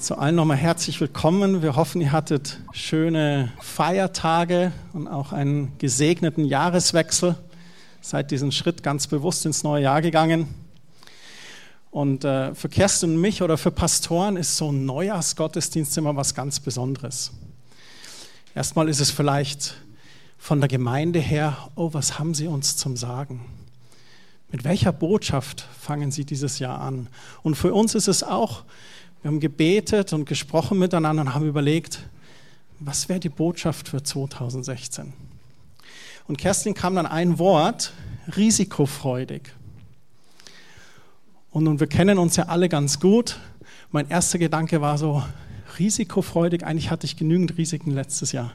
Zu allen nochmal herzlich willkommen. Wir hoffen, ihr hattet schöne Feiertage und auch einen gesegneten Jahreswechsel. Seid diesen Schritt ganz bewusst ins neue Jahr gegangen. Und für Kerstin und mich oder für Pastoren ist so ein Neujahrsgottesdienst immer was ganz Besonderes. Erstmal ist es vielleicht von der Gemeinde her, oh, was haben sie uns zum Sagen? Mit welcher Botschaft fangen sie dieses Jahr an? Und für uns ist es auch, wir haben gebetet und gesprochen miteinander und haben überlegt, was wäre die Botschaft für 2016? Und Kerstin kam dann ein Wort, risikofreudig. Und nun, wir kennen uns ja alle ganz gut. Mein erster Gedanke war so, risikofreudig, eigentlich hatte ich genügend Risiken letztes Jahr.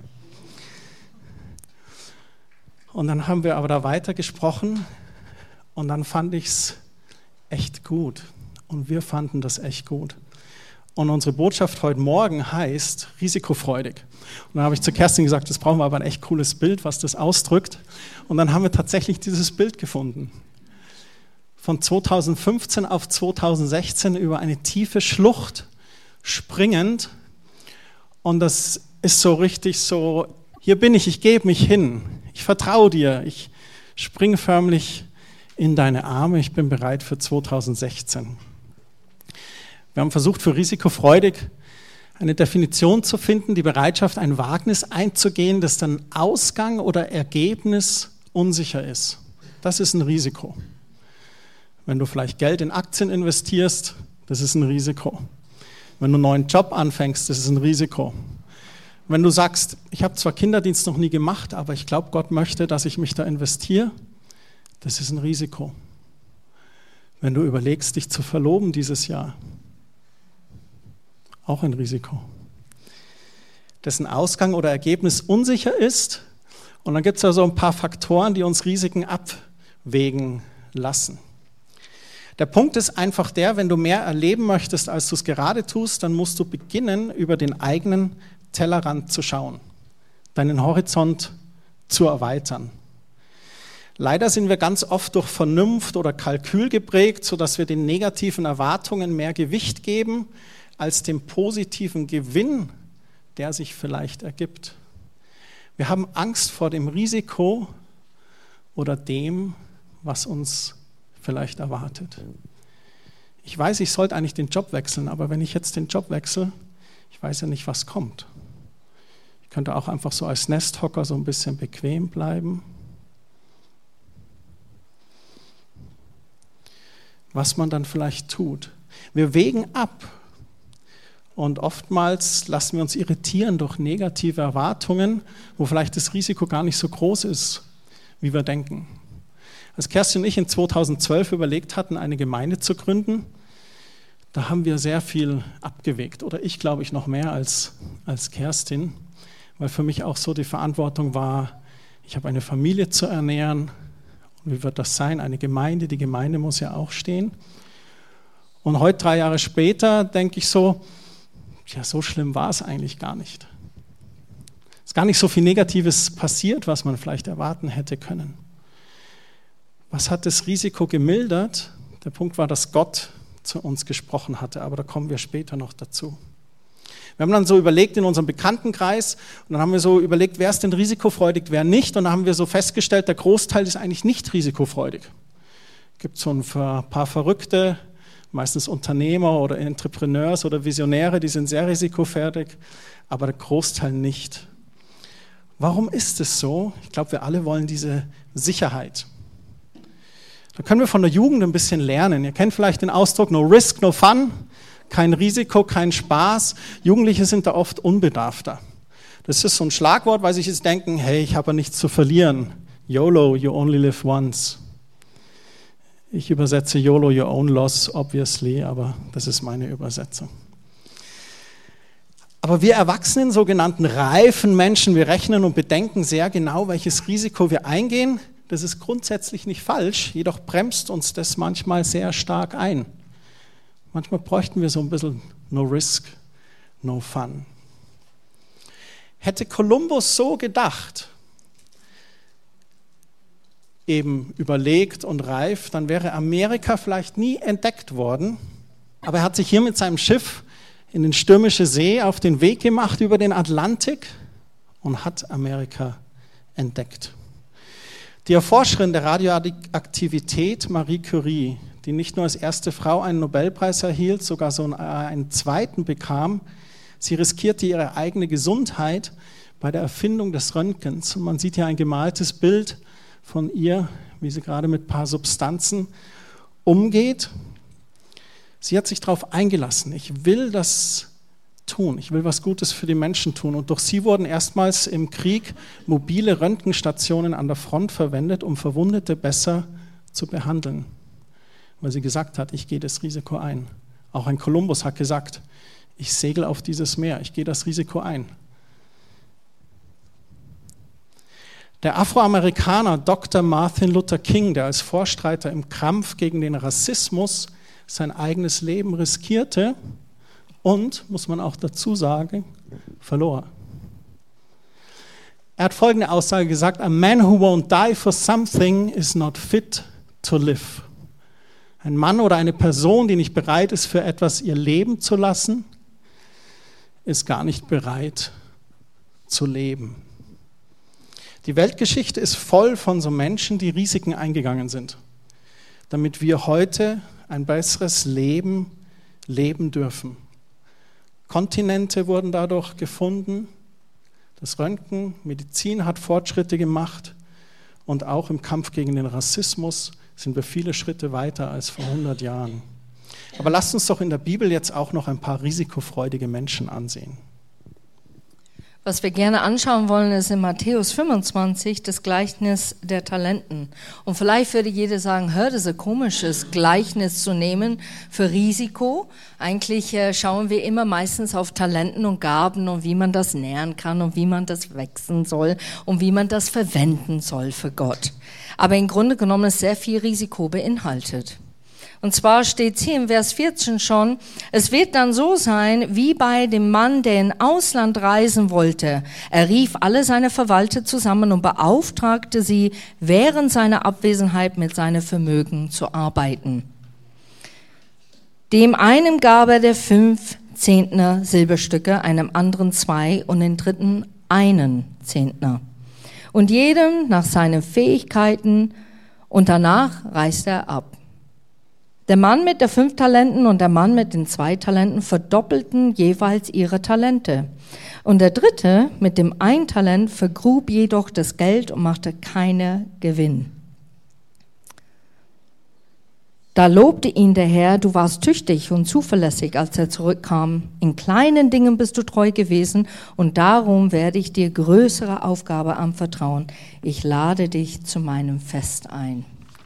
Und dann haben wir aber da weiter gesprochen und dann fand ich es echt gut. Und wir fanden das echt gut. Und unsere Botschaft heute Morgen heißt risikofreudig. Und dann habe ich zu Kerstin gesagt, das brauchen wir aber ein echt cooles Bild, was das ausdrückt. Und dann haben wir tatsächlich dieses Bild gefunden. Von 2015 auf 2016 über eine tiefe Schlucht springend. Und das ist so richtig so, hier bin ich gebe mich hin. Ich vertraue dir. Ich springe förmlich in deine Arme. Ich bin bereit für 2016. Wir haben versucht, für risikofreudig eine Definition zu finden, die Bereitschaft, ein Wagnis einzugehen, das dann Ausgang oder Ergebnis unsicher ist. Das ist ein Risiko. Wenn du vielleicht Geld in Aktien investierst, das ist ein Risiko. Wenn du einen neuen Job anfängst, das ist ein Risiko. Wenn du sagst, ich habe zwar Kinderdienst noch nie gemacht, aber ich glaube, Gott möchte, dass ich mich da investiere, das ist ein Risiko. Wenn du überlegst, dich zu verloben dieses Jahr, auch ein Risiko. Dessen Ausgang oder Ergebnis unsicher ist. Und dann gibt es ja so ein paar Faktoren, die uns Risiken abwägen lassen. Der Punkt ist einfach der, wenn du mehr erleben möchtest, als du es gerade tust, dann musst du beginnen, über den eigenen Tellerrand zu schauen, deinen Horizont zu erweitern. Leider sind wir ganz oft durch Vernunft oder Kalkül geprägt, sodass wir den negativen Erwartungen mehr Gewicht geben, als dem positiven Gewinn, der sich vielleicht ergibt. Wir haben Angst vor dem Risiko oder dem, was uns vielleicht erwartet. Ich weiß, ich sollte eigentlich den Job wechseln, aber wenn ich jetzt den Job wechsle, ich weiß ja nicht, was kommt. Ich könnte auch einfach so als Nesthocker so ein bisschen bequem bleiben. Was man dann vielleicht tut. Wir wägen ab. Und oftmals lassen wir uns irritieren durch negative Erwartungen, wo vielleicht das Risiko gar nicht so groß ist, wie wir denken. Als Kerstin und ich in 2012 überlegt hatten, eine Gemeinde zu gründen, da haben wir sehr viel abgewegt. Oder ich glaube ich noch mehr als Kerstin, weil für mich auch so die Verantwortung war, ich habe eine Familie zu ernähren. Und wie wird das sein? Eine Gemeinde, die Gemeinde muss ja auch stehen. Und heute, 3 Jahre später, denke ich so, ja, so schlimm war es eigentlich gar nicht. Es ist gar nicht so viel Negatives passiert, was man vielleicht erwarten hätte können. Was hat das Risiko gemildert? Der Punkt war, dass Gott zu uns gesprochen hatte, aber da kommen wir später noch dazu. Wir haben dann so überlegt in unserem Bekanntenkreis und dann haben wir so überlegt, wer ist denn risikofreudig, wer nicht, und dann haben wir so festgestellt, der Großteil ist eigentlich nicht risikofreudig. Es gibt so ein paar Verrückte, meistens Unternehmer oder Entrepreneurs oder Visionäre, die sind sehr risikofreudig, aber der Großteil nicht. Warum ist es so? Ich glaube, wir alle wollen diese Sicherheit. Da können wir von der Jugend ein bisschen lernen. Ihr kennt vielleicht den Ausdruck no risk, no fun, kein Risiko, kein Spaß. Jugendliche sind da oft unbedarfter. Das ist so ein Schlagwort, weil sie jetzt denken, hey, ich habe ja nichts zu verlieren. YOLO, you only live once. Ich übersetze YOLO, your own loss, obviously, aber das ist meine Übersetzung. Aber wir Erwachsenen, sogenannten reifen Menschen, wir rechnen und bedenken sehr genau, welches Risiko wir eingehen. Das ist grundsätzlich nicht falsch, jedoch bremst uns das manchmal sehr stark ein. Manchmal bräuchten wir so ein bisschen no risk, no fun. Hätte Kolumbus so gedacht, eben überlegt und reif, dann wäre Amerika vielleicht nie entdeckt worden. Aber er hat sich hier mit seinem Schiff in den stürmischen See auf den Weg gemacht über den Atlantik und hat Amerika entdeckt. Die Erforscherin der Radioaktivität, Marie Curie, die nicht nur als erste Frau einen Nobelpreis erhielt, sogar so einen zweiten bekam, sie riskierte ihre eigene Gesundheit bei der Erfindung des Röntgens. Und man sieht hier ein gemaltes Bild von ihr, wie sie gerade mit ein paar Substanzen umgeht. Sie hat sich darauf eingelassen. Ich will das tun. Ich will was Gutes für die Menschen tun. Und durch sie wurden erstmals im Krieg mobile Röntgenstationen an der Front verwendet, um Verwundete besser zu behandeln. Weil sie gesagt hat, ich gehe das Risiko ein. Auch ein Kolumbus hat gesagt, ich segel auf dieses Meer, ich gehe das Risiko ein. Der Afroamerikaner Dr. Martin Luther King, der als Vorstreiter im Kampf gegen den Rassismus sein eigenes Leben riskierte und, muss man auch dazu sagen, verlor. Er hat folgende Aussage gesagt: A man who won't die for something is not fit to live. Ein Mann oder eine Person, die nicht bereit ist, für etwas ihr Leben zu lassen, ist gar nicht bereit zu leben. Die Weltgeschichte ist voll von so Menschen, die Risiken eingegangen sind, damit wir heute ein besseres Leben leben dürfen. Kontinente wurden dadurch gefunden, das Röntgen, Medizin hat Fortschritte gemacht und auch im Kampf gegen den Rassismus sind wir viele Schritte weiter als vor 100 Jahren. Aber lasst uns doch in der Bibel jetzt auch noch ein paar risikofreudige Menschen ansehen. Was wir gerne anschauen wollen, ist in Matthäus 25 das Gleichnis der Talenten. Und vielleicht würde jeder sagen, das ist ein komisches Gleichnis zu nehmen für Risiko. Eigentlich schauen wir immer meistens auf Talenten und Gaben und wie man das nähren kann und wie man das wechseln soll und wie man das verwenden soll für Gott. Aber im Grunde genommen ist sehr viel Risiko beinhaltet. Und zwar steht hier im Vers 14 schon, es wird dann so sein, wie bei dem Mann, der in Ausland reisen wollte. Er rief alle seine Verwalter zusammen und beauftragte sie, während seiner Abwesenheit mit seinem Vermögen zu arbeiten. Dem einen gab er der 5 Zentner Silberstücke, einem anderen 2 und den dritten 1 Zentner. Und jedem nach seinen Fähigkeiten, und danach reiste er ab. Der Mann mit den 5 Talenten und der Mann mit den 2 Talenten verdoppelten jeweils ihre Talente. Und der dritte mit dem 1 Talent vergrub jedoch das Geld und machte keinen Gewinn. Da lobte ihn der Herr, du warst tüchtig und zuverlässig, als er zurückkam. In kleinen Dingen bist du treu gewesen und darum werde ich dir größere Aufgabe anvertrauen. Ich lade dich zu meinem Fest ein.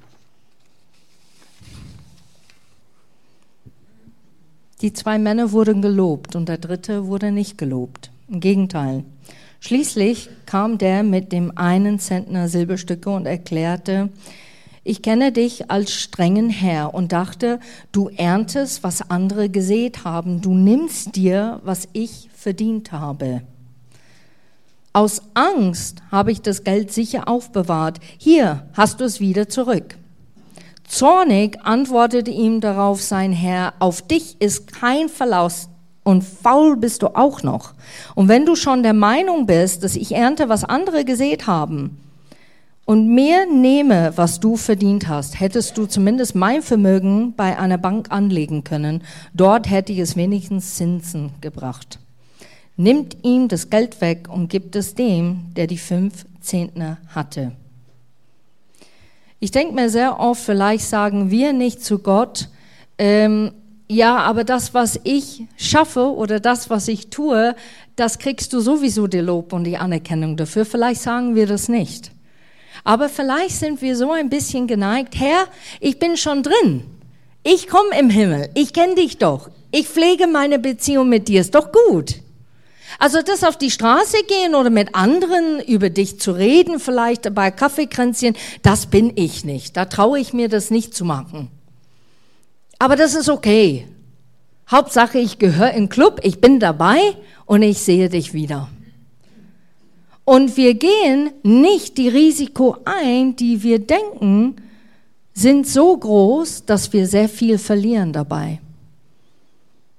Die 2 Männer wurden gelobt und der dritte wurde nicht gelobt. Im Gegenteil. Schließlich kam der mit dem 1 Zentner Silberstücke und erklärte, ich kenne dich als strengen Herr und dachte, du erntest, was andere gesät haben. Du nimmst dir, was ich verdient habe. Aus Angst habe ich das Geld sicher aufbewahrt. Hier hast du es wieder zurück. Zornig antwortete ihm darauf sein Herr, auf dich ist kein Verlass und faul bist du auch noch. Und wenn du schon der Meinung bist, dass ich ernte, was andere gesät haben und mir nehme, was du verdient hast, hättest du zumindest mein Vermögen bei einer Bank anlegen können. Dort hätte ich es wenigstens Zinsen gebracht. Nimmt ihm das Geld weg und gibt es dem, der die 5 Zentner hatte. Ich denke mir sehr oft, vielleicht sagen wir nicht zu Gott, ja, aber das, was ich schaffe oder das, was ich tue, das kriegst du sowieso die Lob und die Anerkennung dafür. Vielleicht sagen wir das nicht. Aber vielleicht sind wir so ein bisschen geneigt, Herr, ich bin schon drin. Ich komme im Himmel. Ich kenne dich doch. Ich pflege meine Beziehung mit dir. Ist doch gut. Also das auf die Straße gehen oder mit anderen über dich zu reden, vielleicht bei Kaffeekränzchen, das bin ich nicht. Da traue ich mir das nicht zu machen. Aber das ist okay. Hauptsache, ich gehöre in den Club, ich bin dabei und ich sehe dich wieder. Und wir gehen nicht die Risiko ein, die wir denken, sind so groß, dass wir sehr viel verlieren dabei.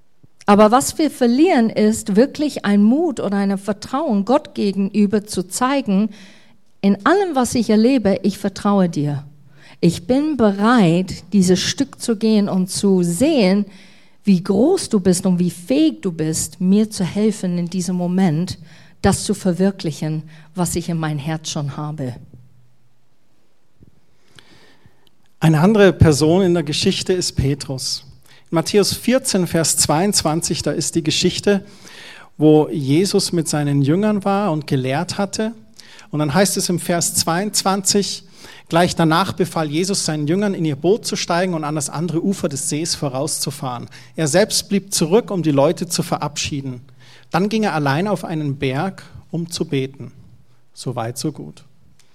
Aber was wir verlieren, ist wirklich ein Mut oder ein Vertrauen Gott gegenüber zu zeigen, in allem, was ich erlebe, ich vertraue dir. Ich bin bereit, dieses Stück zu gehen und zu sehen, wie groß du bist und wie fähig du bist, mir zu helfen in diesem Moment, das zu verwirklichen, was ich in mein Herz schon habe. Eine andere Person in der Geschichte ist Petrus. In Matthäus 14, Vers 22, da ist die Geschichte, wo Jesus mit seinen Jüngern war und gelehrt hatte. Und dann heißt es im Vers 22, gleich danach befahl Jesus seinen Jüngern, in ihr Boot zu steigen und an das andere Ufer des Sees vorauszufahren. Er selbst blieb zurück, um die Leute zu verabschieden. Dann ging er allein auf einen Berg, um zu beten. So weit, so gut.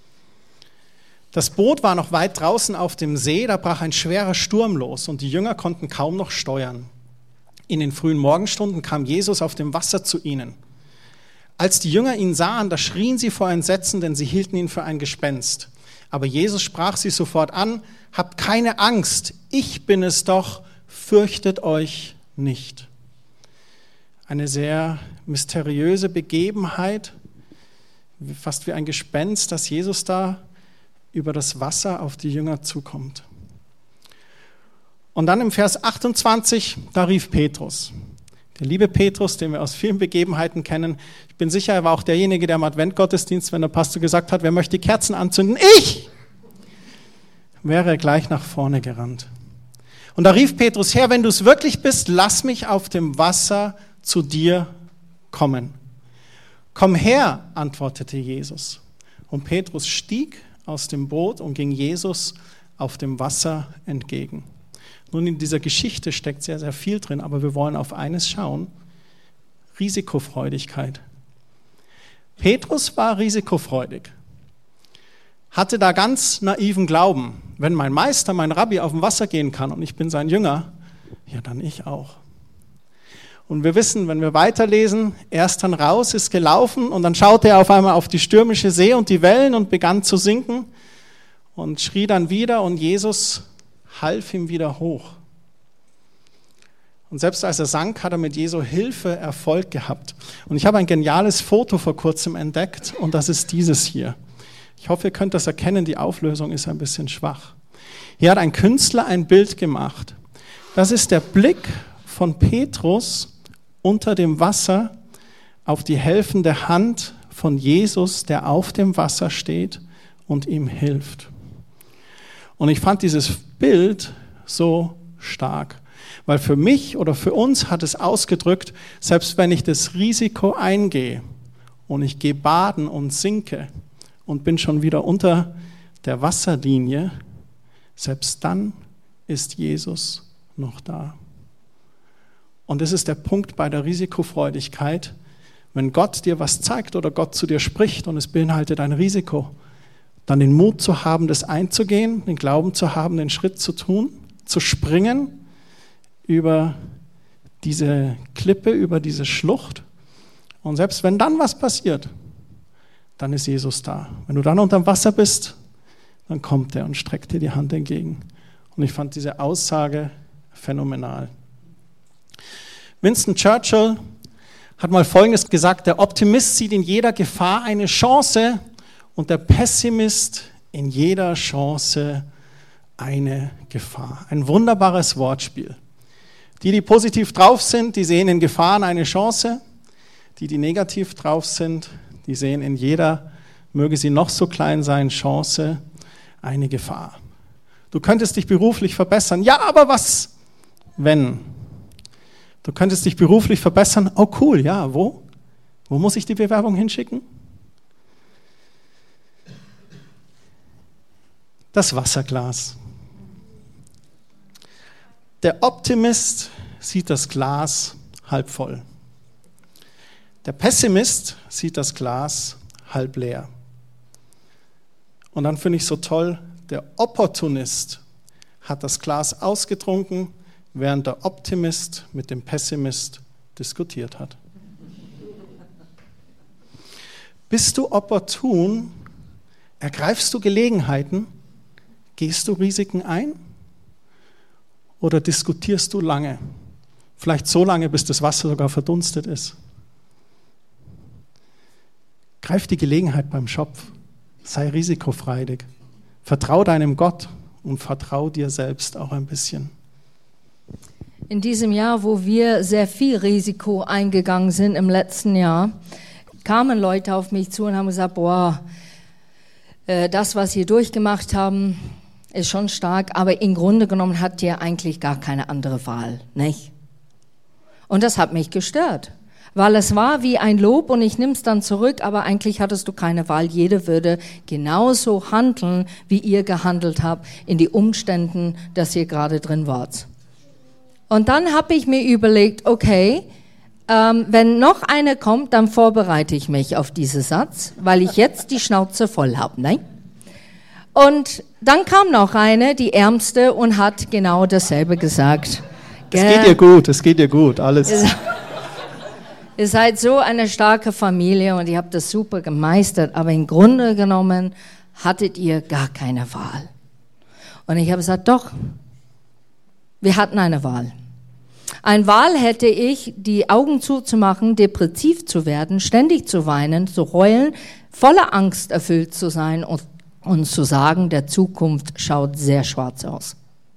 Das Boot war noch weit draußen auf dem See, da brach ein schwerer Sturm los und die Jünger konnten kaum noch steuern. In den frühen Morgenstunden kam Jesus auf dem Wasser zu ihnen. Als die Jünger ihn sahen, da schrien sie vor Entsetzen, denn sie hielten ihn für ein Gespenst. Aber Jesus sprach sie sofort an, habt keine Angst, ich bin es doch, fürchtet euch nicht. Eine sehr mysteriöse Begebenheit, fast wie ein Gespenst, dass Jesus da über das Wasser auf die Jünger zukommt. Und dann im Vers 28, da rief Petrus. Der liebe Petrus, den wir aus vielen Begebenheiten kennen. Ich bin sicher, er war auch derjenige, der im Adventgottesdienst, wenn der Pastor gesagt hat, wer möchte die Kerzen anzünden? Ich! Wäre er gleich nach vorne gerannt. Und da rief Petrus, Herr, wenn du es wirklich bist, lass mich auf dem Wasser zu dir kommen. Komm her, antwortete Jesus. Und Petrus stieg aus dem Boot und ging Jesus auf dem Wasser entgegen. Nun, in dieser Geschichte steckt sehr, sehr viel drin, aber wir wollen auf eines schauen: Risikofreudigkeit. Petrus war risikofreudig, hatte da ganz naiven Glauben. Wenn mein Meister, mein Rabbi auf dem Wasser gehen kann und ich bin sein Jünger, ja, dann ich auch. Und wir wissen, wenn wir weiterlesen, er ist dann raus, ist gelaufen und dann schaute er auf einmal auf die stürmische See und die Wellen und begann zu sinken und schrie dann wieder und Jesus half ihm wieder hoch. Und selbst als er sank, hat er mit Jesu Hilfe Erfolg gehabt. Und ich habe ein geniales Foto vor kurzem entdeckt und das ist dieses hier. Ich hoffe, ihr könnt das erkennen, die Auflösung ist ein bisschen schwach. Hier hat ein Künstler ein Bild gemacht. Das ist der Blick von Petrus unter dem Wasser auf die helfende Hand von Jesus, der auf dem Wasser steht und ihm hilft. Und ich fand dieses Bild so stark, weil für mich oder für uns hat es ausgedrückt, selbst wenn ich das Risiko eingehe und ich gehe baden und sinke und bin schon wieder unter der Wasserlinie, selbst dann ist Jesus noch da. Und das ist der Punkt bei der Risikofreudigkeit. Wenn Gott dir was zeigt oder Gott zu dir spricht und es beinhaltet ein Risiko, dann den Mut zu haben, das einzugehen, den Glauben zu haben, den Schritt zu tun, zu springen über diese Klippe, über diese Schlucht. Und selbst wenn dann was passiert, dann ist Jesus da. Wenn du dann unterm Wasser bist, dann kommt er und streckt dir die Hand entgegen. Und ich fand diese Aussage phänomenal. Winston Churchill hat mal Folgendes gesagt: Der Optimist sieht in jeder Gefahr eine Chance und der Pessimist in jeder Chance eine Gefahr. Ein wunderbares Wortspiel. Die positiv drauf sind, die sehen in Gefahren eine Chance. Die negativ drauf sind, die sehen in jeder, möge sie noch so klein sein, Chance eine Gefahr. Du könntest dich beruflich verbessern. Ja, aber was, wenn? Du könntest dich beruflich verbessern. Oh cool, ja, wo? Wo muss ich die Bewerbung hinschicken? Das Wasserglas. Der Optimist sieht das Glas halb voll. Der Pessimist sieht das Glas halb leer. Und dann finde ich so toll, der Opportunist hat das Glas ausgetrunken, während der Optimist mit dem Pessimist diskutiert hat. Bist du opportun? Ergreifst du Gelegenheiten? Gehst du Risiken ein? Oder diskutierst du lange? Vielleicht so lange, bis das Wasser sogar verdunstet ist. Greif die Gelegenheit beim Schopf. Sei risikofreudig. Vertrau deinem Gott und vertrau dir selbst auch ein bisschen. In diesem Jahr, wo wir sehr viel Risiko eingegangen sind im letzten Jahr, kamen Leute auf mich zu und haben gesagt, boah, das, was Sie durchgemacht haben, ist schon stark, aber im Grunde genommen habt ihr eigentlich gar keine andere Wahl, nicht? Und das hat mich gestört, weil es war wie ein Lob und ich nehme es dann zurück, aber eigentlich hattest du keine Wahl. Jeder würde genauso handeln, wie ihr gehandelt habt in die Umständen, dass ihr gerade drin wart. Und dann habe ich mir überlegt, okay, wenn noch eine kommt, dann vorbereite ich mich auf diesen Satz, weil ich jetzt die Schnauze voll habe, ne? Und dann kam noch eine, die Ärmste, und hat genau dasselbe gesagt. Es geht dir gut, alles. Ihr seid so eine starke Familie und ihr habt das super gemeistert, aber im Grunde genommen hattet ihr gar keine Wahl. Und ich habe gesagt, doch, wir hatten eine Wahl. Eine Wahl hätte ich, die Augen zuzumachen, depressiv zu werden, ständig zu weinen, zu heulen, voller Angst erfüllt zu sein und zu sagen, der Zukunft schaut sehr schwarz aus.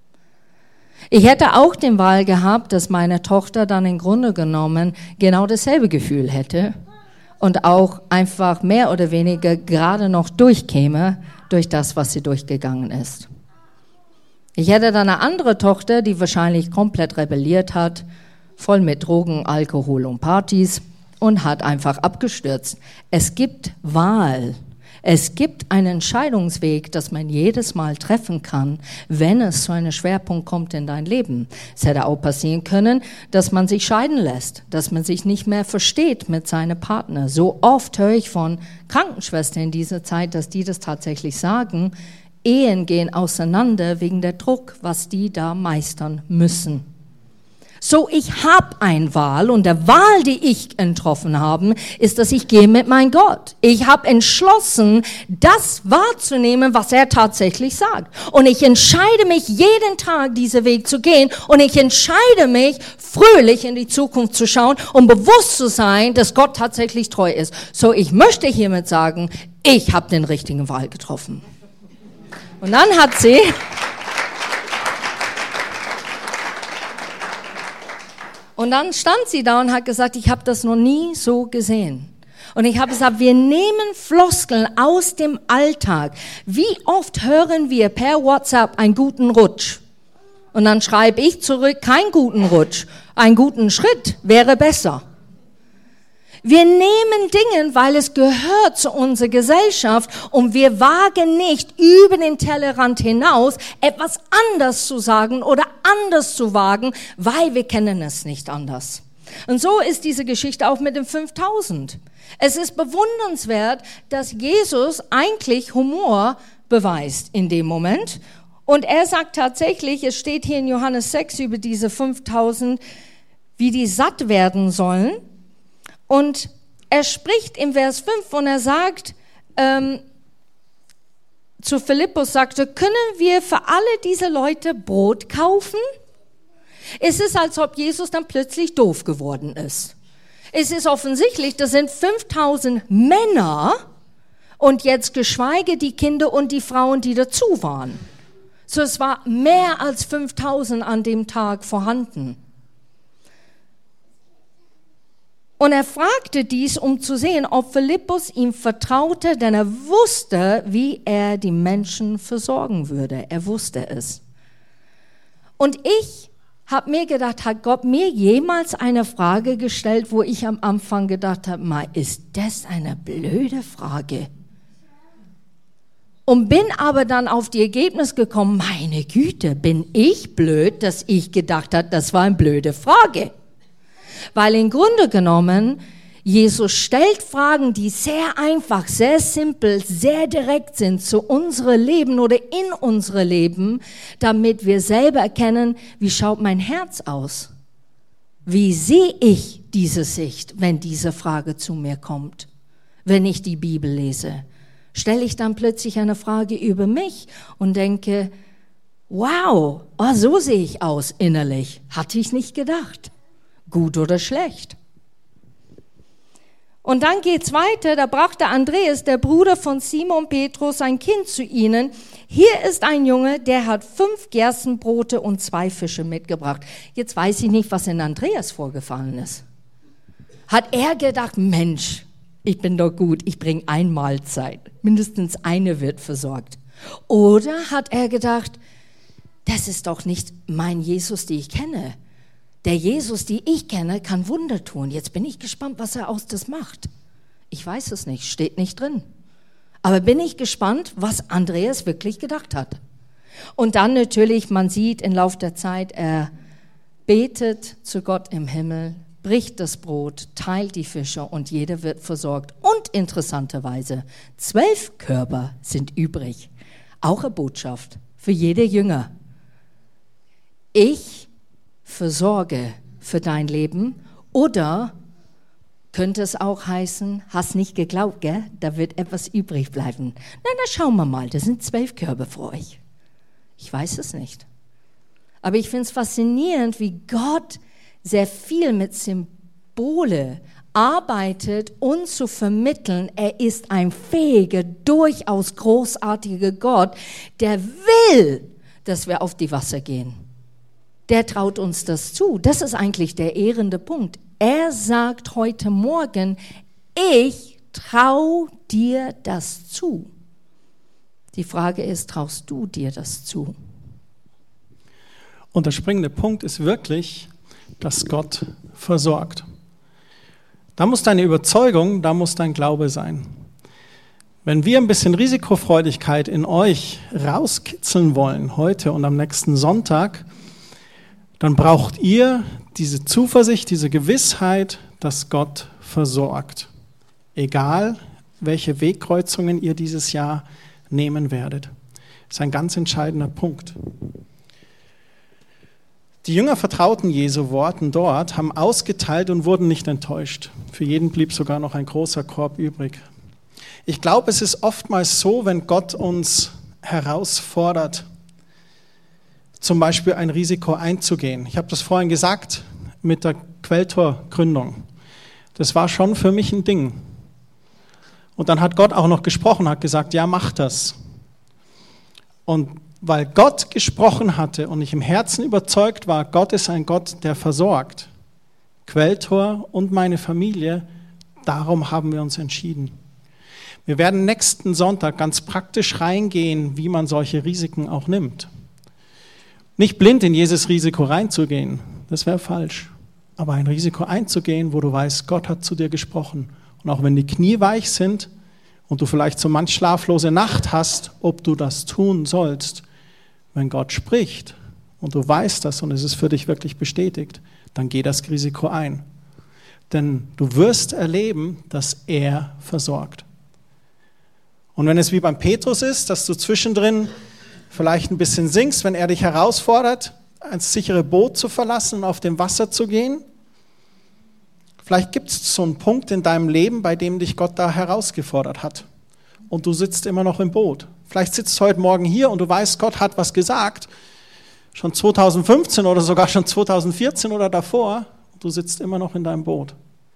Ich hätte auch die Wahl gehabt, dass meine Tochter dann im Grunde genommen genau dasselbe Gefühl hätte und auch einfach mehr oder weniger gerade noch durchkäme durch das, was sie durchgegangen ist. Ich hätte dann eine andere Tochter, die wahrscheinlich komplett rebelliert hat, voll mit Drogen, Alkohol und Partys und hat einfach abgestürzt. Es gibt Wahl. Es gibt einen Entscheidungsweg, das man jedes Mal treffen kann, wenn es zu einem Schwerpunkt kommt in dein Leben. Es hätte auch passieren können, dass man sich scheiden lässt, dass man sich nicht mehr versteht mit seinem Partner. So oft höre ich von Krankenschwestern in dieser Zeit, dass die das tatsächlich sagen. Ehen gehen auseinander wegen der Druck, was die da meistern müssen. So, ich habe eine Wahl und der Wahl, die ich getroffen habe, ist, dass ich gehe mit meinem Gott. Ich habe entschlossen, das wahrzunehmen, was er tatsächlich sagt. Und ich entscheide mich, jeden Tag diesen Weg zu gehen und ich entscheide mich, fröhlich in die Zukunft zu schauen, um bewusst zu sein, dass Gott tatsächlich treu ist. So, ich möchte hiermit sagen, ich habe den richtigen Wahl getroffen. Und dann hat sie... Und dann stand sie da und hat gesagt, ich habe das noch nie so gesehen. Und ich habe gesagt, wir nehmen Floskeln aus dem Alltag. Wie oft hören wir per WhatsApp einen guten Rutsch? Und dann schreibe ich zurück, keinen guten Rutsch, einen guten Schritt wäre besser. Wir nehmen Dinge, weil es gehört zu unserer Gesellschaft und wir wagen nicht, über den Tellerrand hinaus etwas anders zu sagen oder anders zu wagen, weil wir kennen es nicht anders. Und so ist diese Geschichte auch mit den 5000. Es ist bewundernswert, dass Jesus eigentlich Humor beweist in dem Moment. Und er sagt tatsächlich, es steht hier in Johannes 6 über diese 5000, wie die satt werden sollen. Und er spricht im Vers 5 und er sagt, zu Philippus sagte, können wir für alle diese Leute Brot kaufen? Es ist, als ob Jesus dann plötzlich doof geworden ist. Es ist offensichtlich, das sind 5000 Männer und jetzt geschweige die Kinder und die Frauen, die dazu waren. So, es war mehr als 5000 an dem Tag vorhanden. Und er fragte dies, um zu sehen, ob Philippus ihm vertraute, denn er wusste, wie er die Menschen versorgen würde. Er wusste es. Und ich habe mir gedacht, hat Gott mir jemals eine Frage gestellt, wo ich am Anfang gedacht habe, ist das eine blöde Frage? Und bin aber dann auf die Ergebnis gekommen, meine Güte, bin ich blöd, dass ich gedacht habe, das war eine blöde Frage. Weil im Grunde genommen, Jesus stellt Fragen, die sehr einfach, sehr simpel, sehr direkt sind zu unserem Leben oder in unserem Leben, damit wir selber erkennen, wie schaut mein Herz aus? Wie sehe ich diese Sicht, wenn diese Frage zu mir kommt, wenn ich die Bibel lese? Stelle ich dann plötzlich eine Frage über mich und denke, wow, so sehe ich aus innerlich, hatte ich nicht gedacht. gut oder schlecht. Und dann geht's weiter, da brachte Andreas, der Bruder von Simon Petrus, ein Kind zu ihnen. Hier ist ein Junge, der hat 5 Gerstenbrote und 2 Fische mitgebracht. Jetzt weiß ich nicht, was in Andreas vorgefallen ist. Hat er gedacht, Mensch, ich bin doch gut, ich bringe eine Mahlzeit. Mindestens eine wird versorgt. Oder hat er gedacht, das ist doch nicht mein Jesus, den ich kenne. Der Jesus, den ich kenne, kann Wunder tun. Jetzt bin ich gespannt, was er aus das macht. Ich weiß es nicht, steht nicht drin. Aber bin ich gespannt, was Andreas wirklich gedacht hat. Und dann natürlich, man sieht im Laufe der Zeit, er betet zu Gott im Himmel, bricht das Brot, teilt die Fische und jeder wird versorgt. Und interessanterweise, 12 Körper sind übrig. Auch eine Botschaft für jede Jünger. Ich versorge für dein Leben, oder könnte es auch heißen, hast nicht geglaubt, gell? Da wird etwas übrig bleiben. Na, schauen wir mal, das sind 12 Körbe für euch. Ich weiß es nicht. Aber ich finde es faszinierend, wie Gott sehr viel mit Symbole arbeitet, uns zu vermitteln, er ist ein fähiger, durchaus großartiger Gott, der will, dass wir auf die Wasser gehen. Der traut uns das zu. Das ist eigentlich der ehrende Punkt. Er sagt heute Morgen, ich traue dir das zu. Die Frage ist, traust du dir das zu? Und der springende Punkt ist wirklich, dass Gott versorgt. Da muss deine Überzeugung, da muss dein Glaube sein. Wenn wir ein bisschen Risikofreudigkeit in euch rauskitzeln wollen, heute und am nächsten Sonntag, dann braucht ihr diese Zuversicht, diese Gewissheit, dass Gott versorgt. Egal, welche Wegkreuzungen ihr dieses Jahr nehmen werdet. Das ist ein ganz entscheidender Punkt. Die Jünger vertrauten Jesu Worten dort, haben ausgeteilt und wurden nicht enttäuscht. Für jeden blieb sogar noch ein großer Korb übrig. Ich glaube, es ist oftmals so, wenn Gott uns herausfordert, zum Beispiel ein Risiko einzugehen. Ich habe das vorhin gesagt mit der Quelltor-Gründung. Das war schon für mich ein Ding. Und dann hat Gott auch noch gesprochen, hat gesagt, ja, mach das. Und weil Gott gesprochen hatte und ich im Herzen überzeugt war, Gott ist ein Gott, der versorgt, Quelltor und meine Familie, darum haben wir uns entschieden. Wir werden nächsten Sonntag ganz praktisch reingehen, wie man solche Risiken auch nimmt. Nicht blind in jedes Risiko reinzugehen, das wäre falsch. Aber ein Risiko einzugehen, wo du weißt, Gott hat zu dir gesprochen. Und auch wenn die Knie weich sind und du vielleicht so manch schlaflose Nacht hast, ob du das tun sollst, wenn Gott spricht und du weißt das und es ist für dich wirklich bestätigt, dann geh das Risiko ein. Denn du wirst erleben, dass er versorgt. Und wenn es wie beim Petrus ist, dass du zwischendrin vielleicht ein bisschen sinkst, wenn er dich herausfordert, ans sichere Boot zu verlassen und auf dem Wasser zu gehen. Vielleicht gibt es so einen Punkt in deinem Leben, bei dem dich Gott da herausgefordert hat. Und du sitzt immer noch im Boot. Vielleicht sitzt du heute Morgen hier und du weißt, Gott hat was gesagt, schon 2015 oder sogar schon 2014 oder davor. Du sitzt immer noch in deinem Boot.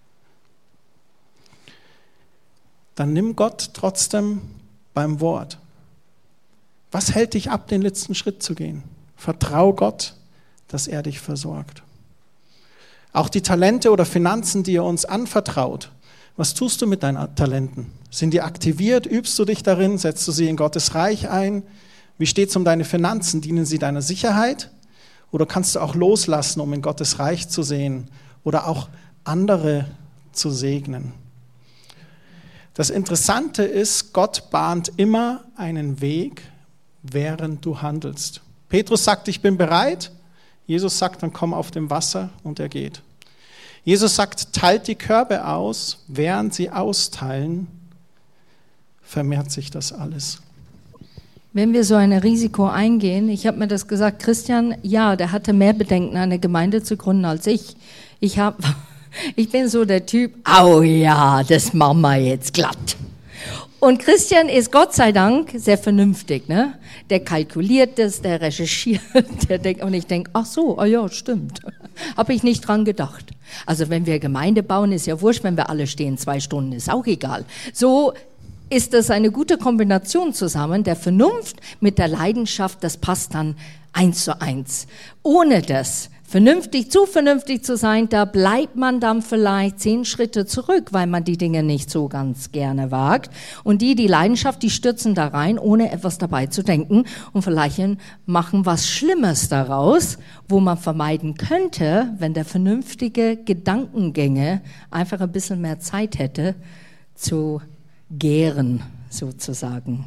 Dann nimm Gott trotzdem beim Wort. Was hält dich ab, den letzten Schritt zu gehen? Vertrau Gott, dass er dich versorgt. Auch die Talente oder Finanzen, die er uns anvertraut. Was tust du mit deinen Talenten? Sind die aktiviert? Übst du dich darin? Setzt du sie in Gottes Reich ein? Wie steht es um deine Finanzen? Dienen sie deiner Sicherheit? Oder kannst du auch loslassen, um in Gottes Reich zu sehen oder auch andere zu segnen? Das Interessante ist, Gott bahnt immer einen Weg, während du handelst. Petrus sagt, ich bin bereit. Jesus sagt, dann komm auf dem Wasser und er geht. Jesus sagt, teilt die Körbe aus. Während sie austeilen, vermehrt sich das alles. Wenn wir so ein Risiko eingehen, ich habe mir das gesagt, Christian, ja, der hatte mehr Bedenken, eine Gemeinde zu gründen als ich. Ich bin so der Typ, oh ja, das machen wir jetzt glatt. Und Christian ist Gott sei Dank sehr vernünftig, ne? Der kalkuliert das, der recherchiert, der denkt, und ich denke, ach so, oh ja, stimmt. Habe ich nicht dran gedacht. Also wenn wir Gemeinde bauen, ist ja wurscht, wenn wir alle stehen 2 Stunden, ist auch egal. So ist das eine gute Kombination zusammen, der Vernunft mit der Leidenschaft, das passt dann 1:1. Ohne das zu vernünftig zu sein, da bleibt man dann vielleicht 10 Schritte zurück, weil man die Dinge nicht so ganz gerne wagt. Und die Leidenschaft, die stürzen da rein, ohne etwas dabei zu denken und vielleicht machen was Schlimmes daraus, wo man vermeiden könnte, wenn der vernünftige Gedankengänge einfach ein bisschen mehr Zeit hätte zu gären, sozusagen.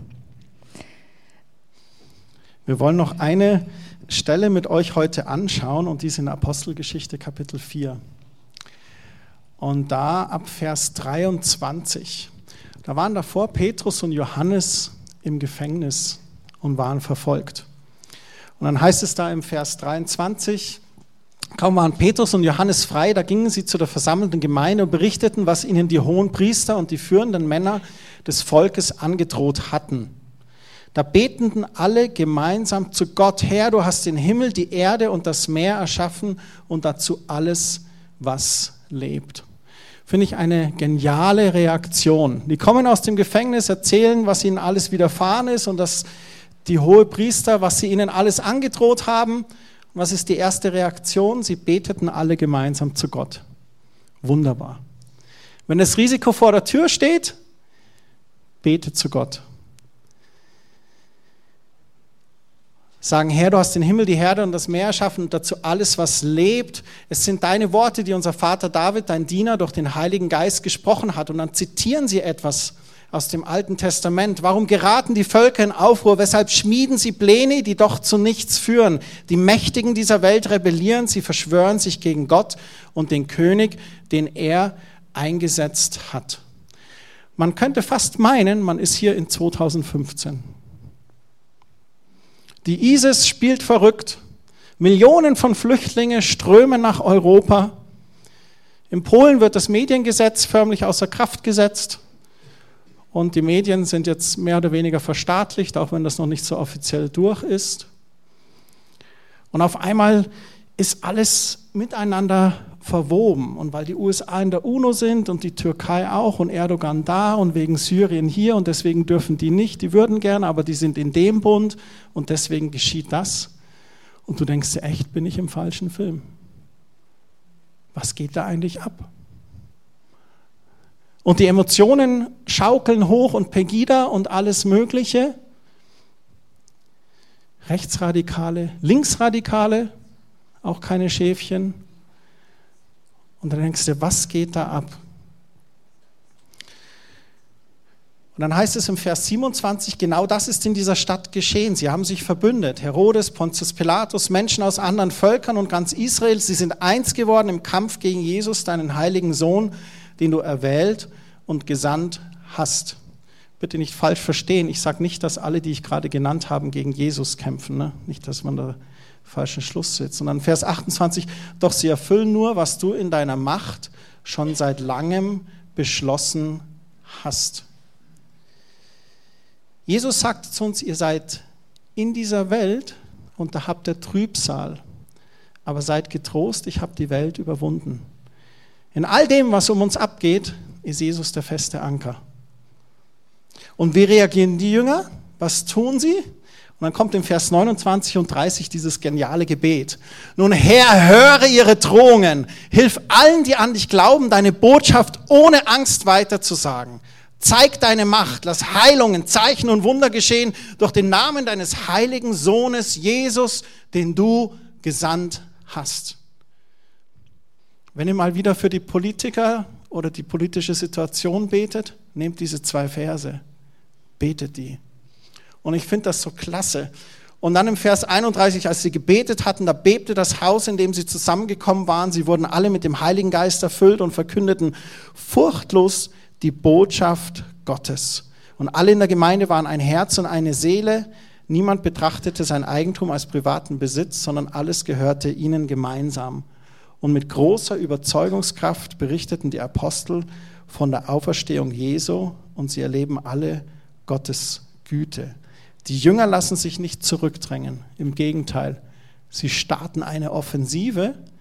Wir wollen noch eine Stelle mit euch heute anschauen und die ist in Apostelgeschichte Kapitel 4. Und da ab Vers 23. Da waren davor Petrus und Johannes im Gefängnis und waren verfolgt. Und dann heißt es da im Vers 23, kaum waren Petrus und Johannes frei, da gingen sie zu der versammelten Gemeinde und berichteten, was ihnen die hohen Priester und die führenden Männer des Volkes angedroht hatten. Da beteten alle gemeinsam zu Gott: Herr, du hast den Himmel, die Erde und das Meer erschaffen und dazu alles, was lebt. Finde ich eine geniale Reaktion. Die kommen aus dem Gefängnis, erzählen, was ihnen alles widerfahren ist und dass die Hohepriester, was sie ihnen alles angedroht haben. Und was ist die erste Reaktion? Sie beteten alle gemeinsam zu Gott. Wunderbar. Wenn das Risiko vor der Tür steht, betet zu Gott. Sagen: Herr, du hast den Himmel, die Erde und das Meer erschaffen und dazu alles, was lebt. Es sind deine Worte, die unser Vater David, dein Diener, durch den Heiligen Geist gesprochen hat. Und dann zitieren sie etwas aus dem Alten Testament. Warum geraten die Völker in Aufruhr? Weshalb schmieden sie Pläne, die doch zu nichts führen? Die Mächtigen dieser Welt rebellieren, sie verschwören sich gegen Gott und den König, den er eingesetzt hat. Man könnte fast meinen, man ist hier in 2015. Die ISIS spielt verrückt. Millionen von Flüchtlingen strömen nach Europa. In Polen wird das Mediengesetz förmlich außer Kraft gesetzt. Und die Medien sind jetzt mehr oder weniger verstaatlicht, auch wenn das noch nicht so offiziell durch ist. Und auf einmal ist alles miteinander verwoben. Und weil die USA in der UNO sind und die Türkei auch und Erdogan da und wegen Syrien hier und deswegen dürfen die nicht, die würden gerne, aber die sind in dem Bund und deswegen geschieht das. Und du denkst dir echt, bin ich im falschen Film? Was geht da eigentlich ab? Und die Emotionen schaukeln hoch und Pegida und alles Mögliche. Rechtsradikale, Linksradikale, auch keine Schäfchen. Und dann denkst du, was geht da ab? Und dann heißt es im Vers 27, genau das ist in dieser Stadt geschehen. Sie haben sich verbündet. Herodes, Pontius Pilatus, Menschen aus anderen Völkern und ganz Israel. Sie sind eins geworden im Kampf gegen Jesus, deinen heiligen Sohn, den du erwählt und gesandt hast. Bitte nicht falsch verstehen. Ich sage nicht, dass alle, die ich gerade genannt habe, gegen Jesus kämpfen. Ne? Nicht, dass man da falschen Schluss setzt. Und dann Vers 28, doch sie erfüllen nur, was du in deiner Macht schon seit langem beschlossen hast. Jesus sagt zu uns, ihr seid in dieser Welt und da habt ihr Trübsal. Aber seid getrost, ich habe die Welt überwunden. In all dem, was um uns abgeht, ist Jesus der feste Anker. Und wie reagieren die Jünger? Was tun sie? Und dann kommt im Vers 29 und 30 dieses geniale Gebet. Nun Herr, höre ihre Drohungen. Hilf allen, die an dich glauben, deine Botschaft ohne Angst weiterzusagen. Zeig deine Macht, lass Heilungen, Zeichen und Wunder geschehen durch den Namen deines heiligen Sohnes Jesus, den du gesandt hast. Wenn ihr mal wieder für die Politiker oder die politische Situation betet, nehmt diese 2 Verse, betet die. Und ich finde das so klasse. Und dann im Vers 31, als sie gebetet hatten, da bebte das Haus, in dem sie zusammengekommen waren. Sie wurden alle mit dem Heiligen Geist erfüllt und verkündeten furchtlos die Botschaft Gottes. Und alle in der Gemeinde waren ein Herz und eine Seele. Niemand betrachtete sein Eigentum als privaten Besitz, sondern alles gehörte ihnen gemeinsam. Und mit großer Überzeugungskraft berichteten die Apostel von der Auferstehung Jesu und sie erleben alle Gottes Güte. Die Jünger lassen sich nicht zurückdrängen, im Gegenteil. Sie starten eine Offensive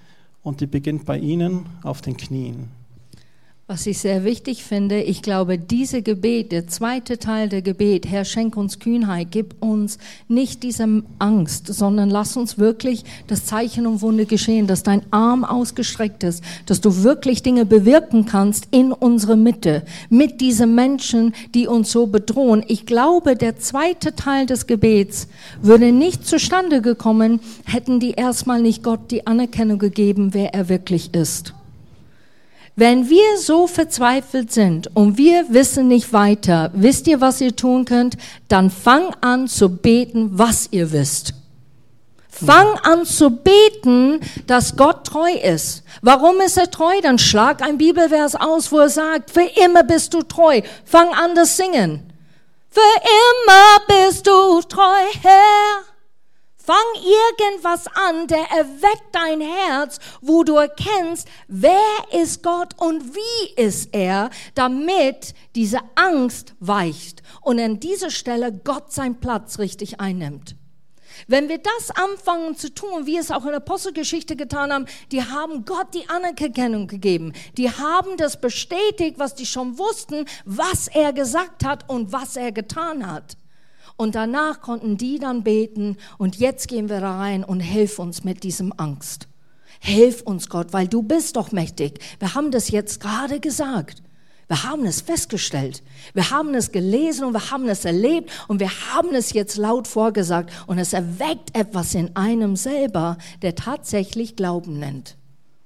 und die beginnt bei ihnen auf den Knien. Was ich sehr wichtig finde, ich glaube, diese Gebet, der zweite Teil der Gebet, Herr, schenk uns Kühnheit, gib uns nicht diese Angst, sondern lass uns wirklich das Zeichen und Wunder geschehen, dass dein Arm ausgestreckt ist, dass du wirklich Dinge bewirken kannst in unserer Mitte, mit diesen Menschen, die uns so bedrohen. Ich glaube, der zweite Teil des Gebets würde nicht zustande gekommen, hätten die erstmal nicht Gott die Anerkennung gegeben, wer er wirklich ist. Wenn wir so verzweifelt sind und wir wissen nicht weiter, wisst ihr, was ihr tun könnt? Dann fang an zu beten, was ihr wisst. Fang an zu beten, dass Gott treu ist. Warum ist er treu? Dann schlag ein Bibelvers aus, wo er sagt, für immer bist du treu. Fang an das Singen. Für immer bist du treu, Herr. Fang irgendwas an, der erweckt dein Herz, wo du erkennst, wer ist Gott und wie ist er, damit diese Angst weicht und an dieser Stelle Gott seinen Platz richtig einnimmt. Wenn wir das anfangen zu tun, wie es auch in der Apostelgeschichte getan haben, die haben Gott die Anerkennung gegeben. Die haben das bestätigt, was die schon wussten, was er gesagt hat und was er getan hat. Und danach konnten die dann beten und jetzt gehen wir da rein und hilf uns mit diesem Angst. Hilf uns, Gott, weil du bist doch mächtig. Wir haben das jetzt gerade gesagt. Wir haben es festgestellt. Wir haben es gelesen und wir haben es erlebt und wir haben es jetzt laut vorgesagt. Und es erweckt etwas in einem selber, der tatsächlich Glauben nennt.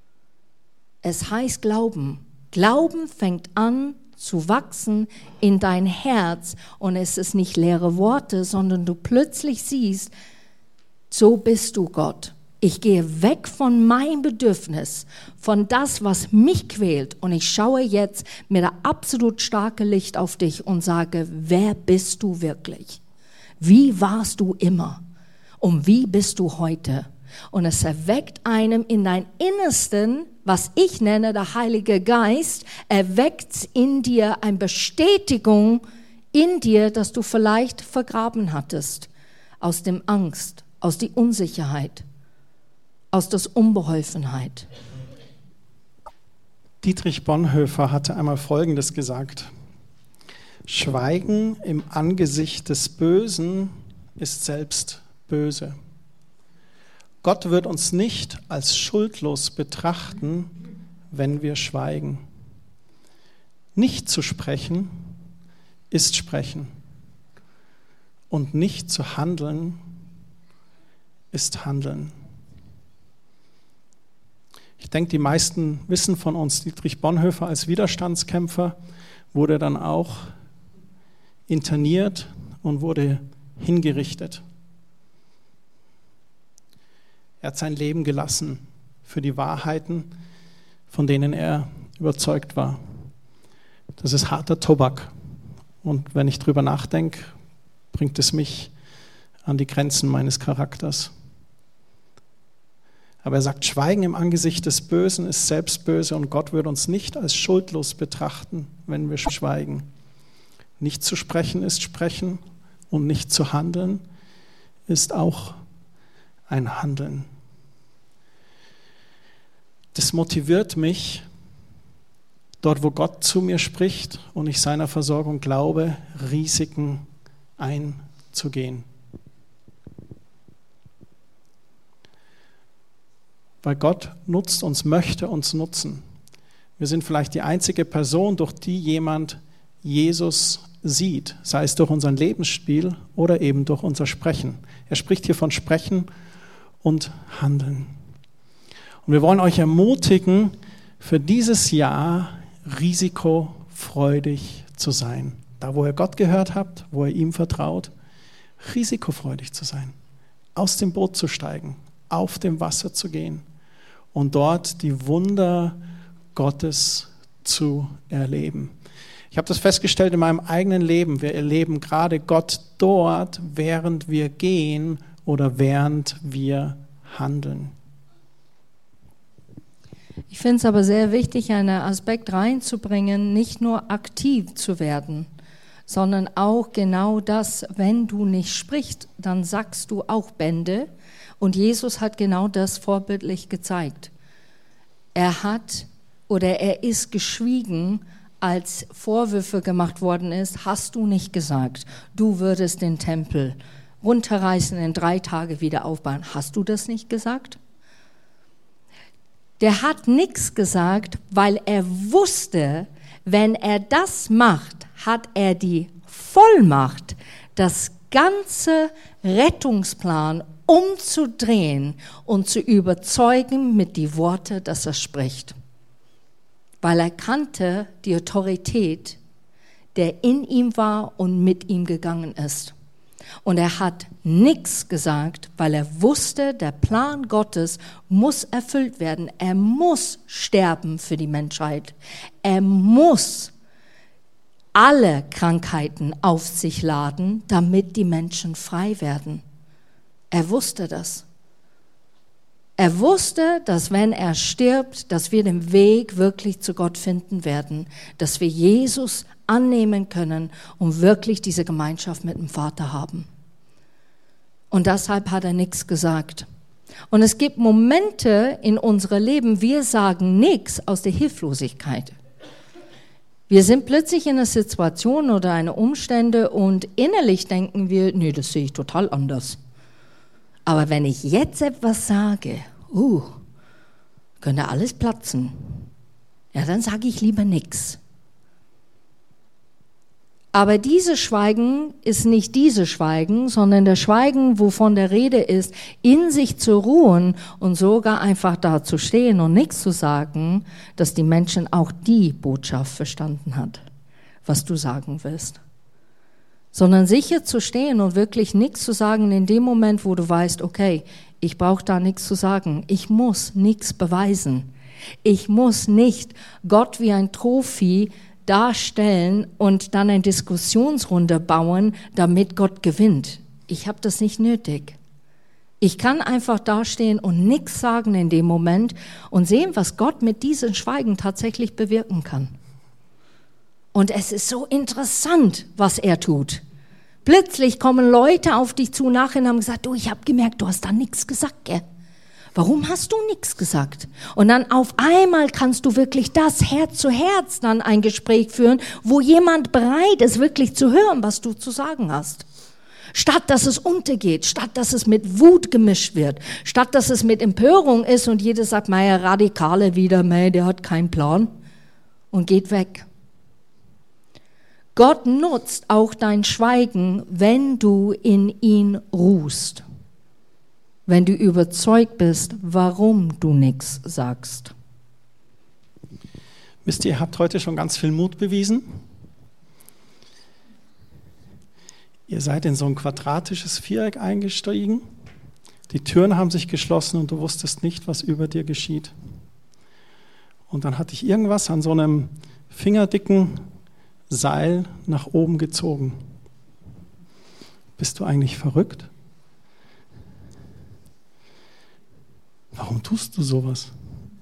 Es heißt Glauben. Glauben fängt an zu wachsen in dein Herz und es ist nicht leere Worte, sondern du plötzlich siehst, so bist du, Gott. Ich gehe weg von meinem Bedürfnis, von das, was mich quält und ich schaue jetzt mit einem absolut starken Licht auf dich und sage, wer bist du wirklich? Wie warst du immer? Und wie bist du heute? Und es erweckt einem in dein Innersten, was ich nenne, der Heilige Geist, erweckt in dir eine Bestätigung in dir, dass du vielleicht vergraben hattest. Aus dem Angst, aus der Unsicherheit, aus der Unbeholfenheit. Dietrich Bonhoeffer hatte einmal Folgendes gesagt: Schweigen im Angesicht des Bösen ist selbst böse. Gott wird uns nicht als schuldlos betrachten, wenn wir schweigen. Nicht zu sprechen ist sprechen. Und nicht zu handeln ist handeln. Ich denke, die meisten wissen von uns, Dietrich Bonhoeffer als Widerstandskämpfer wurde dann auch interniert und wurde hingerichtet. Er hat sein Leben gelassen für die Wahrheiten, von denen er überzeugt war. Das ist harter Tobak. Und wenn ich drüber nachdenke, bringt es mich an die Grenzen meines Charakters. Aber er sagt, Schweigen im Angesicht des Bösen ist selbst böse und Gott wird uns nicht als schuldlos betrachten, wenn wir schweigen. Nicht zu sprechen ist sprechen und nicht zu handeln ist auch ein Handeln. Das motiviert mich, dort wo Gott zu mir spricht und ich seiner Versorgung glaube, Risiken einzugehen. Weil Gott nutzt uns, möchte uns nutzen. Wir sind vielleicht die einzige Person, durch die jemand Jesus sieht, sei es durch unseren Lebensstil oder eben durch unser Sprechen. Er spricht hier von Sprechen und Handeln. Und wir wollen euch ermutigen, für dieses Jahr risikofreudig zu sein. Da, wo ihr Gott gehört habt, wo ihr ihm vertraut, risikofreudig zu sein. Aus dem Boot zu steigen, auf dem Wasser zu gehen und dort die Wunder Gottes zu erleben. Ich habe das festgestellt in meinem eigenen Leben. Wir erleben gerade Gott dort, während wir gehen oder während wir handeln. Ich finde es aber sehr wichtig, einen Aspekt reinzubringen, nicht nur aktiv zu werden, sondern auch genau das, wenn du nicht sprichst, dann sagst du auch Bände. Und Jesus hat genau das vorbildlich gezeigt. Er ist geschwiegen, als Vorwürfe gemacht worden ist, hast du nicht gesagt, du würdest den Tempel runterreißen, in 3 Tage wieder aufbauen. Hast du das nicht gesagt? Der hat nichts gesagt, weil er wusste, wenn er das macht, hat er die Vollmacht, das ganze Rettungsplan umzudrehen und zu überzeugen mit die Worte, dass er spricht. Weil er kannte die Autorität, der in ihm war und mit ihm gegangen ist. Und er hat nichts gesagt, weil er wusste, der Plan Gottes muss erfüllt werden. Er muss sterben für die Menschheit. Er muss alle Krankheiten auf sich laden, damit die Menschen frei werden. Er wusste das. Er wusste, dass wenn er stirbt, dass wir den Weg wirklich zu Gott finden werden, dass wir Jesus annehmen können und wirklich diese Gemeinschaft mit dem Vater haben. Und deshalb hat er nichts gesagt. Und es gibt Momente in unserem Leben, wir sagen nichts aus der Hilflosigkeit. Wir sind plötzlich in einer Situation oder eine Umstände und innerlich denken wir, nee, das sehe ich total anders. Aber wenn ich jetzt etwas sage, könnte alles platzen. Ja, dann sage ich lieber nichts. Aber dieses Schweigen ist nicht dieses Schweigen, sondern der Schweigen, wovon der Rede ist, in sich zu ruhen und sogar einfach da zu stehen und nichts zu sagen, dass die Menschen auch die Botschaft verstanden hat, was du sagen willst. Sondern sicher zu stehen und wirklich nichts zu sagen in dem Moment, wo du weißt, okay, ich brauche da nichts zu sagen. Ich muss nichts beweisen. Ich muss nicht Gott wie ein Trophy darstellen und dann eine Diskussionsrunde bauen, damit Gott gewinnt. Ich habe das nicht nötig. Ich kann einfach dastehen und nichts sagen in dem Moment und sehen, was Gott mit diesem Schweigen tatsächlich bewirken kann. Und es ist so interessant, was er tut. Plötzlich kommen Leute auf dich zu nachher und haben gesagt, ich habe gemerkt, du hast da nichts gesagt, gell? Warum hast du nichts gesagt? Und dann auf einmal kannst du wirklich das Herz zu Herz dann ein Gespräch führen, wo jemand bereit ist, wirklich zu hören, was du zu sagen hast. Statt dass es untergeht, statt dass es mit Wut gemischt wird, statt dass es mit Empörung ist und jeder sagt, Radikale wieder, der hat keinen Plan und geht weg. Gott nutzt auch dein Schweigen, wenn du in ihn ruhst. Wenn du überzeugt bist, warum du nichts sagst. Wisst ihr habt heute schon ganz viel Mut bewiesen. Ihr seid in so ein quadratisches Viereck eingestiegen. Die Türen haben sich geschlossen und du wusstest nicht, was über dir geschieht. Und dann hat dich irgendwas an so einem fingerdicken Seil nach oben gezogen. Bist du eigentlich verrückt? Warum tust du sowas?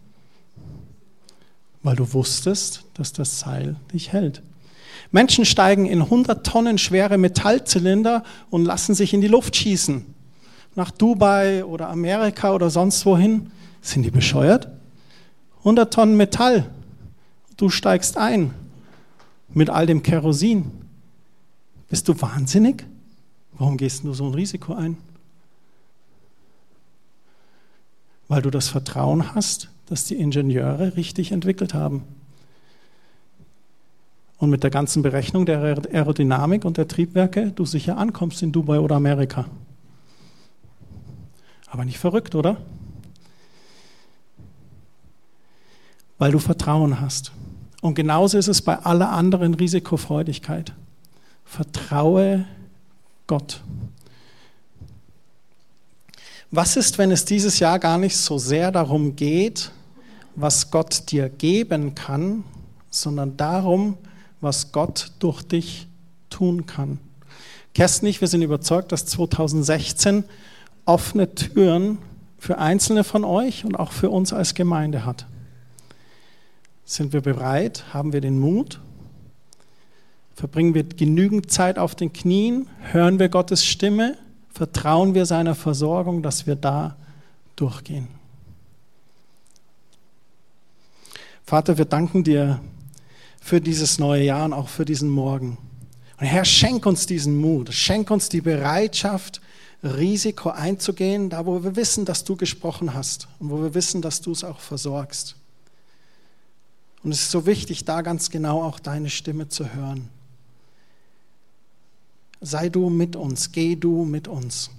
Weil du wusstest, dass das Seil dich hält. Menschen steigen in 100 Tonnen schwere Metallzylinder und lassen sich in die Luft schießen. Nach Dubai oder Amerika oder sonst wohin. Sind die bescheuert? 100 Tonnen Metall. Du steigst ein mit all dem Kerosin. Bist du wahnsinnig? Warum gehst du so ein Risiko ein? Weil du das Vertrauen hast, dass die Ingenieure richtig entwickelt haben. Und mit der ganzen Berechnung der Aerodynamik und der Triebwerke du sicher ankommst in Dubai oder Amerika. Aber nicht verrückt, oder? Weil du Vertrauen hast. Und genauso ist es bei aller anderen Risikofreudigkeit. Vertraue Gott. Was ist, wenn es dieses Jahr gar nicht so sehr darum geht, was Gott dir geben kann, sondern darum, was Gott durch dich tun kann? Kerstin und ich, wir sind überzeugt, dass 2016 offene Türen für Einzelne von euch und auch für uns als Gemeinde hat. Sind wir bereit? Haben wir den Mut? Verbringen wir genügend Zeit auf den Knien? Hören wir Gottes Stimme? Vertrauen wir seiner Versorgung, dass wir da durchgehen? Vater, wir danken dir für dieses neue Jahr und auch für diesen Morgen. Und Herr, schenk uns diesen Mut, schenk uns die Bereitschaft, Risiko einzugehen, da wo wir wissen, dass du gesprochen hast und wo wir wissen, dass du es auch versorgst. Und es ist so wichtig, da ganz genau auch deine Stimme zu hören. Sei du mit uns, geh du mit uns.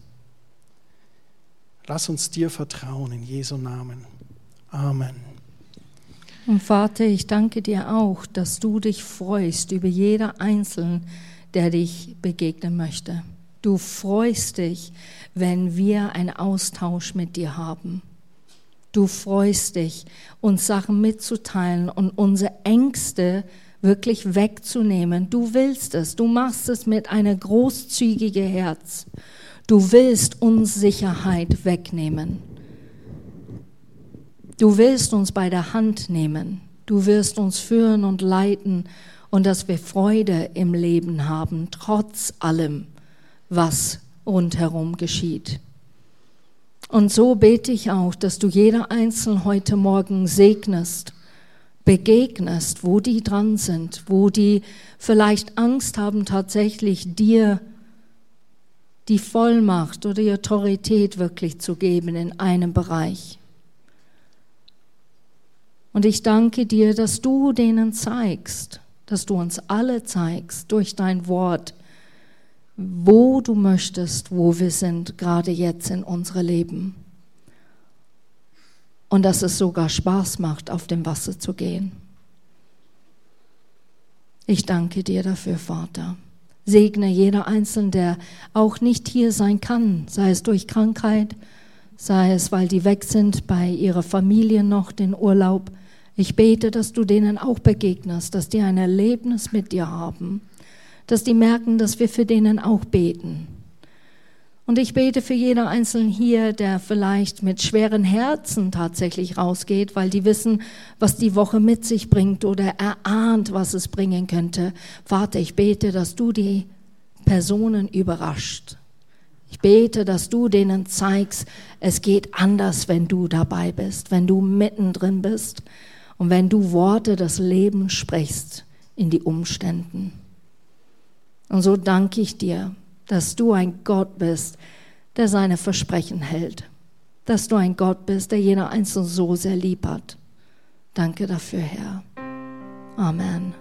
Lass uns dir vertrauen in Jesu Namen. Amen. Und Vater, ich danke dir auch, dass du dich freust über jeder Einzelne, der dich begegnen möchte. Du freust dich, wenn wir einen Austausch mit dir haben. Du freust dich, uns Sachen mitzuteilen und unsere Ängste wirklich wegzunehmen. Du willst es, du machst es mit einem großzügigen Herz. Du willst Unsicherheit wegnehmen. Du willst uns bei der Hand nehmen. Du wirst uns führen und leiten und dass wir Freude im Leben haben, trotz allem, was rundherum geschieht. Und so bete ich auch, dass du jeder Einzelne heute Morgen segnest, begegnest, wo die dran sind, wo die vielleicht Angst haben, tatsächlich dir die Vollmacht oder die Autorität wirklich zu geben in einem Bereich. Und ich danke dir, dass du denen zeigst, dass du uns alle zeigst durch dein Wort, wo du möchtest, wo wir sind, gerade jetzt in unserem Leben. Und dass es sogar Spaß macht, auf dem Wasser zu gehen. Ich danke dir dafür, Vater. Segne jeder Einzelne, der auch nicht hier sein kann, sei es durch Krankheit, sei es, weil die weg sind bei ihrer Familie noch, den Urlaub. Ich bete, dass du denen auch begegnest, dass die ein Erlebnis mit dir haben, dass die merken, dass wir für denen auch beten. Und ich bete für jeder Einzelne hier, der vielleicht mit schweren Herzen tatsächlich rausgeht, weil die wissen, was die Woche mit sich bringt oder erahnt, was es bringen könnte. Vater, ich bete, dass du die Personen überrascht. Ich bete, dass du denen zeigst, es geht anders, wenn du dabei bist, wenn du mittendrin bist und wenn du Worte des Lebens sprichst in die Umständen. Und so danke ich dir, dass du ein Gott bist, der seine Versprechen hält. Dass du ein Gott bist, der jeder Einzelne so sehr lieb hat. Danke dafür, Herr. Amen.